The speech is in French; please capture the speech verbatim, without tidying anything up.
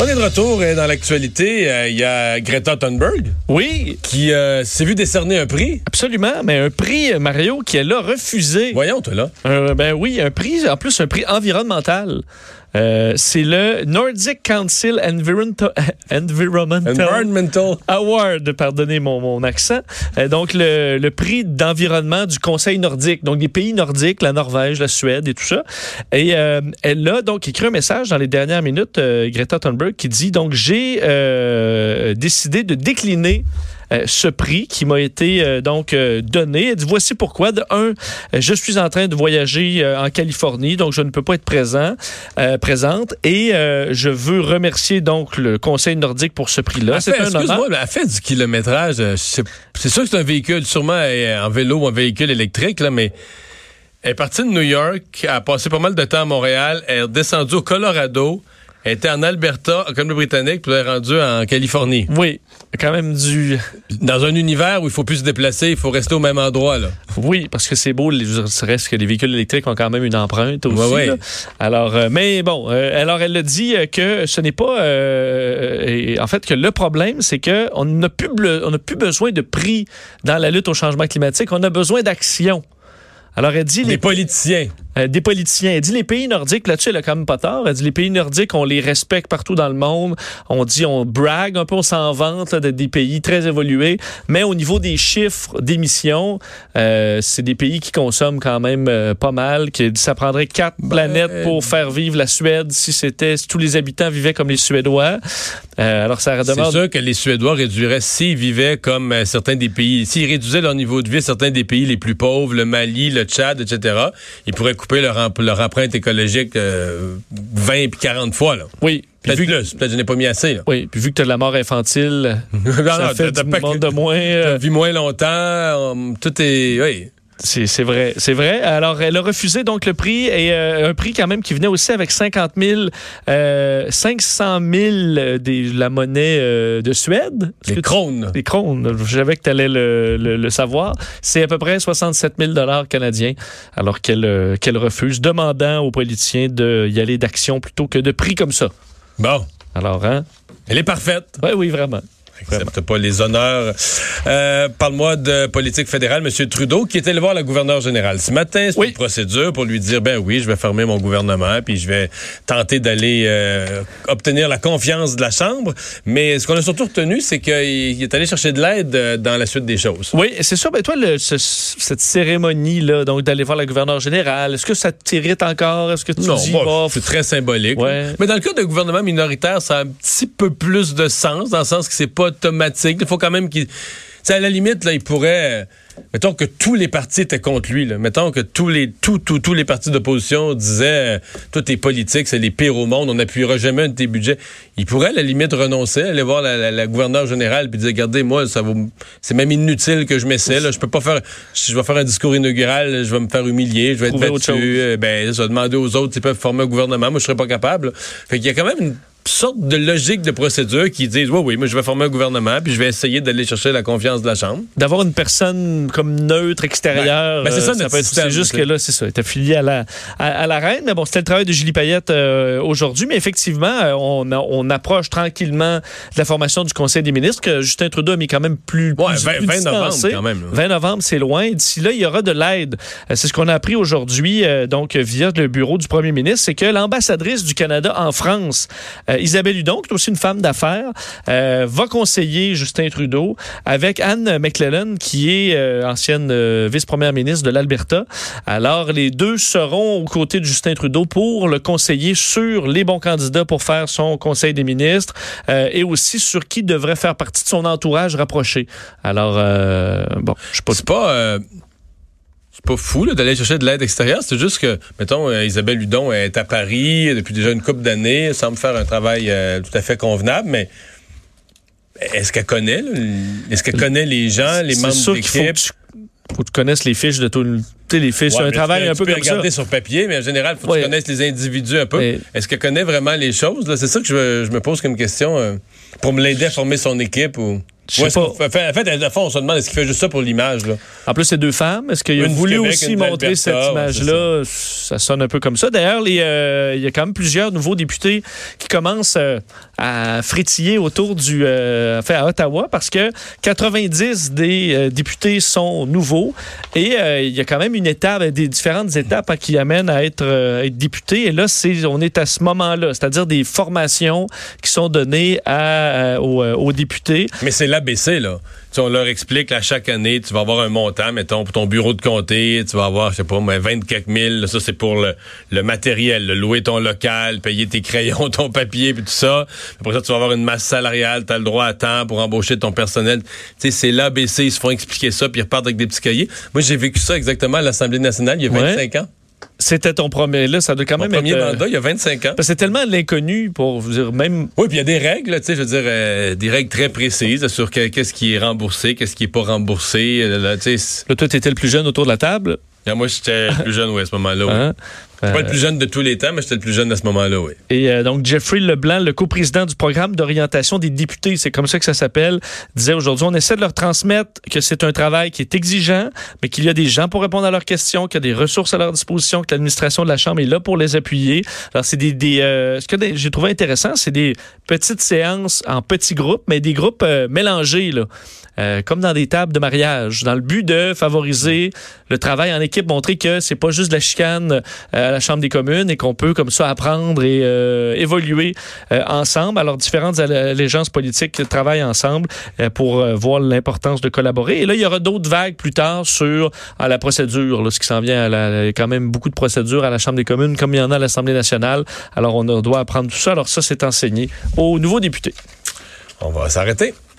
On est de retour euh, dans l'actualité. Euh, Il y a Greta Thunberg. Oui. Qui euh, s'est vu décerner un prix. Absolument, mais un prix, Mario, qu'elle a refusé. Voyons, toi, là. Euh, ben oui, un prix, en plus, un prix environnemental. Euh, c'est le Nordic Council Environmental, Environmental, Environmental Award, pardonnez mon, mon accent. Euh, donc, le, le prix d'environnement du Conseil nordique. Donc, des pays nordiques, la Norvège, la Suède et tout ça. Et euh, elle a donc écrit un message dans les dernières minutes, euh, Greta Thunberg, qui dit, donc, j'ai euh, décidé de décliner Euh, ce prix qui m'a été euh, donc euh, donné. Elle dit, voici pourquoi. De un, euh, je suis en train de voyager euh, en Californie, donc je ne peux pas être présent, euh, présente. Et euh, je veux remercier donc le Conseil nordique pour ce prix-là. C'est un honneur. Excuse-moi, elle fait du kilométrage. Euh, c'est, c'est sûr que c'est un véhicule, sûrement euh, en vélo ou un véhicule électrique, là, mais elle est partie de New York, elle a passé pas mal de temps à Montréal, elle est redescendue au Colorado. Elle était en Alberta, en Colombie-Britannique, puis elle est rendue en Californie. Oui, quand même du... Dans un univers où il faut plus se déplacer, il faut rester au même endroit, là. Oui, parce que c'est beau, il reste que les véhicules électriques ont quand même une empreinte aussi. Ouais, ouais. Alors, euh, mais bon, euh, alors elle a dit que ce n'est pas... Euh, et en fait, que le problème, c'est qu'on n'a plus, on n'a plus besoin de prix dans la lutte au changement climatique, on a besoin d'action. Alors, elle dit... Des les politiciens. Euh, des politiciens. Elle dit les pays nordiques, là-dessus, elle a quand même pas tort. Elle dit les pays nordiques, on les respecte partout dans le monde. On dit, on brague un peu, on s'en vante là, de, des pays très évolués. Mais au niveau des chiffres d'émissions, euh, c'est des pays qui consomment quand même euh, pas mal. Qui dit ça prendrait quatre ben, planètes pour faire vivre la Suède si c'était si tous les habitants vivaient comme les Suédois. Euh, alors ça demande... C'est sûr que les Suédois réduiraient s'ils vivaient comme euh, certains des pays. S'ils réduisaient leur niveau de vie, certains des pays les plus pauvres, le Mali, le Tchad, et cetera. Ils pourraient couper leur, leur empreinte écologique euh, vingt puis quarante fois. Là. Oui. Peut-être vu, plus. Peut-être que je n'ai pas mis assez. Là. Oui. Puis vu que tu as de la mort infantile, non, ça non, fait t'as, du t'as monde que, de moins. Euh... T'as vu moins longtemps. Um, tout est... Oui. C'est, c'est vrai, c'est vrai. Alors, elle a refusé donc le prix et euh, un prix quand même qui venait aussi avec cinquante mille, euh, cinq cent mille de la monnaie euh, de Suède. Les krones. Les krones. Je savais que tu allais le, le, le savoir. C'est à peu près soixante-sept mille dollars canadiens. Alors qu'elle, euh, qu'elle refuse, demandant aux politiciens d'y aller d'action plutôt que de prix comme ça. Bon. Alors, hein? Elle est parfaite. Oui, oui, vraiment. Accepte pas les honneurs. Euh, parle-moi de politique fédérale. M. Trudeau, qui est allé voir le gouverneur général ce matin, c'est oui. une procédure pour lui dire, ben oui, je vais fermer mon gouvernement, puis je vais tenter d'aller euh, obtenir la confiance de la Chambre. Mais ce qu'on a surtout retenu, c'est qu'il est allé chercher de l'aide dans la suite des choses. Oui, c'est sûr. Ben toi, le, ce, cette cérémonie-là, donc d'aller voir le gouverneur général, est-ce que ça t'irrite encore? Est-ce que tu non, dis... Bon, oh, c'est très symbolique. Ouais. Mais dans le cas d'un gouvernement minoritaire, ça a un petit peu plus de sens, dans le sens que c'est pas automatique. Il faut quand même qu'il... T'sais, à la limite, là, il pourrait... Mettons que tous les partis étaient contre lui. Là. Mettons que tous les tous tous tous les partis d'opposition disaient euh, tout est politique, c'est les pires au monde, on n'appuiera jamais un de tes budgets. Il pourrait à la limite renoncer, aller voir la, la, la gouverneure générale puis dire regardez, moi, ça vaut, c'est même inutile que je m'essaie. Là. Je peux pas faire. Je vais faire un discours inaugural, je vais me faire humilier, je vais être battu. Euh, ben, je vais demander aux autres s'ils peuvent former un gouvernement. Moi, je serais pas capable. Là. Fait qu'il y a quand même une sorte de logique de procédure qui disent oui, oui, mais je vais former un gouvernement puis je vais essayer d'aller chercher la confiance de la Chambre. D'avoir une personne comme neutre, extérieure. Ben, ben c'est ça, euh, ça notre peut être, système. C'est juste c'est... que là, c'est ça. Elle est affiliée à la, à, à la reine. Mais bon, c'était le travail de Julie Payette euh, aujourd'hui. Mais effectivement, euh, on, on approche tranquillement de la formation du Conseil des ministres que Justin Trudeau a mis quand même plus, ouais, plus, vingt, plus vingt novembre distancé. Quand même. Là. vingt novembre, c'est loin. D'ici là, il y aura de l'aide. Euh, c'est ce qu'on a appris aujourd'hui, euh, donc via le bureau du premier ministre, c'est que l'ambassadrice du Canada en France, euh, Isabelle Hudon, qui est aussi une femme d'affaires, euh, va conseiller Justin Trudeau avec Anne McLellan, qui est euh, ancienne euh, vice-première ministre de l'Alberta. Alors, les deux seront aux côtés de Justin Trudeau pour le conseiller sur les bons candidats pour faire son conseil des ministres euh, et aussi sur qui devrait faire partie de son entourage rapproché. Alors, euh, bon, je sais pas... C'est pas... Euh... C'est pas fou là, d'aller chercher de l'aide extérieure. C'est juste que, mettons, euh, Isabelle Hudon est à Paris depuis déjà une couple d'années, semble faire un travail euh, tout à fait convenable, mais est-ce qu'elle connaît? Là, est-ce qu'elle connaît les gens, les membres sûr d'équipe? Qu'il faut que tu, faut que tu connaisses les fiches de tout le... Tu sais, les fiches, ouais, c'est un travail tu, un tu peu peux comme regarder ça. sur papier, mais en général, il faut que ouais. tu connaisses les individus un peu. Mais... Est-ce qu'elle connaît vraiment les choses? Là? C'est ça que je, je me pose comme question. Euh, pour me l'aider à former son équipe ou... Je sais ouais, pas. En fait, en fait, à la fois, on se demande est-ce qu'il fait juste ça pour l'image, là? En plus, c'est deux femmes. Est-ce qu'il a Une voulu du Québec, aussi une montrer d'Alberta, cette ouais, image-là? Ça. ça sonne un peu comme ça. D'ailleurs, les, euh, il y a quand même plusieurs nouveaux députés qui commencent euh, à frétiller autour du... Euh, enfin, à Ottawa, parce que quatre-vingt-dix des euh, députés sont nouveaux et euh, il y a quand même une étape, des différentes étapes hein, qui amènent à être, euh, être député. Et là, c'est, on est à ce moment-là, c'est-à-dire des formations qui sont données à, à, aux, aux députés. Mais c'est l'A B C, là. Tu sais, on leur explique, là, chaque année, tu vas avoir un montant, mettons, pour ton bureau de comté, tu vas avoir, je sais pas, vingt-quatre mille, là, ça, c'est pour le, le matériel, le louer ton local, payer tes crayons, ton papier, puis tout ça. Après ça, tu vas avoir une masse salariale, tu as le droit à temps pour embaucher ton personnel. Tu sais, c'est l'A B C, ils se font expliquer ça, puis ils repartent avec des petits cahiers. Moi, j'ai vécu ça exactement à l'Assemblée nationale, il y a vingt-cinq ouais. ans. C'était ton premier, là, ça doit quand Mon même premier être... mandat, il y a vingt-cinq ans. Parce que c'est tellement l'inconnu pour vous dire, même... Oui, puis il y a des règles, tu sais, je veux dire, euh, des règles très précises sur que, qu'est-ce qui est remboursé, qu'est-ce qui est pas remboursé. Là, tu sais. Là, toi, t'étais le plus jeune autour de la table? Là, moi, j'étais le plus jeune, oui, à ce moment-là, oui. Hein? Je suis pas le plus jeune de tous les temps, mais j'étais le plus jeune à ce moment-là, oui. Et euh, donc, Jeffrey Leblanc, le coprésident du programme d'orientation des députés, c'est comme ça que ça s'appelle, disait aujourd'hui, on essaie de leur transmettre que c'est un travail qui est exigeant, mais qu'il y a des gens pour répondre à leurs questions, qu'il y a des ressources à leur disposition, que l'administration de la Chambre est là pour les appuyer. Alors, c'est des... des euh, ce que j'ai trouvé intéressant, c'est des petites séances en petits groupes, mais des groupes euh, mélangés, là. Euh, comme dans des tables de mariage, dans le but de favoriser le travail en équipe, montrer que c'est pas juste de la chicane euh, à la Chambre des communes et qu'on peut comme ça apprendre et euh, évoluer euh, ensemble. Alors, différentes allégeances politiques travaillent ensemble euh, pour euh, voir l'importance de collaborer. Et là, il y aura d'autres vagues plus tard sur à la procédure, là, ce qui s'en vient. À la, il y a quand même beaucoup de procédures à la Chambre des communes, comme il y en a à l'Assemblée nationale. Alors, on doit apprendre tout ça. Alors, ça, c'est enseigné aux nouveaux députés. On va s'arrêter.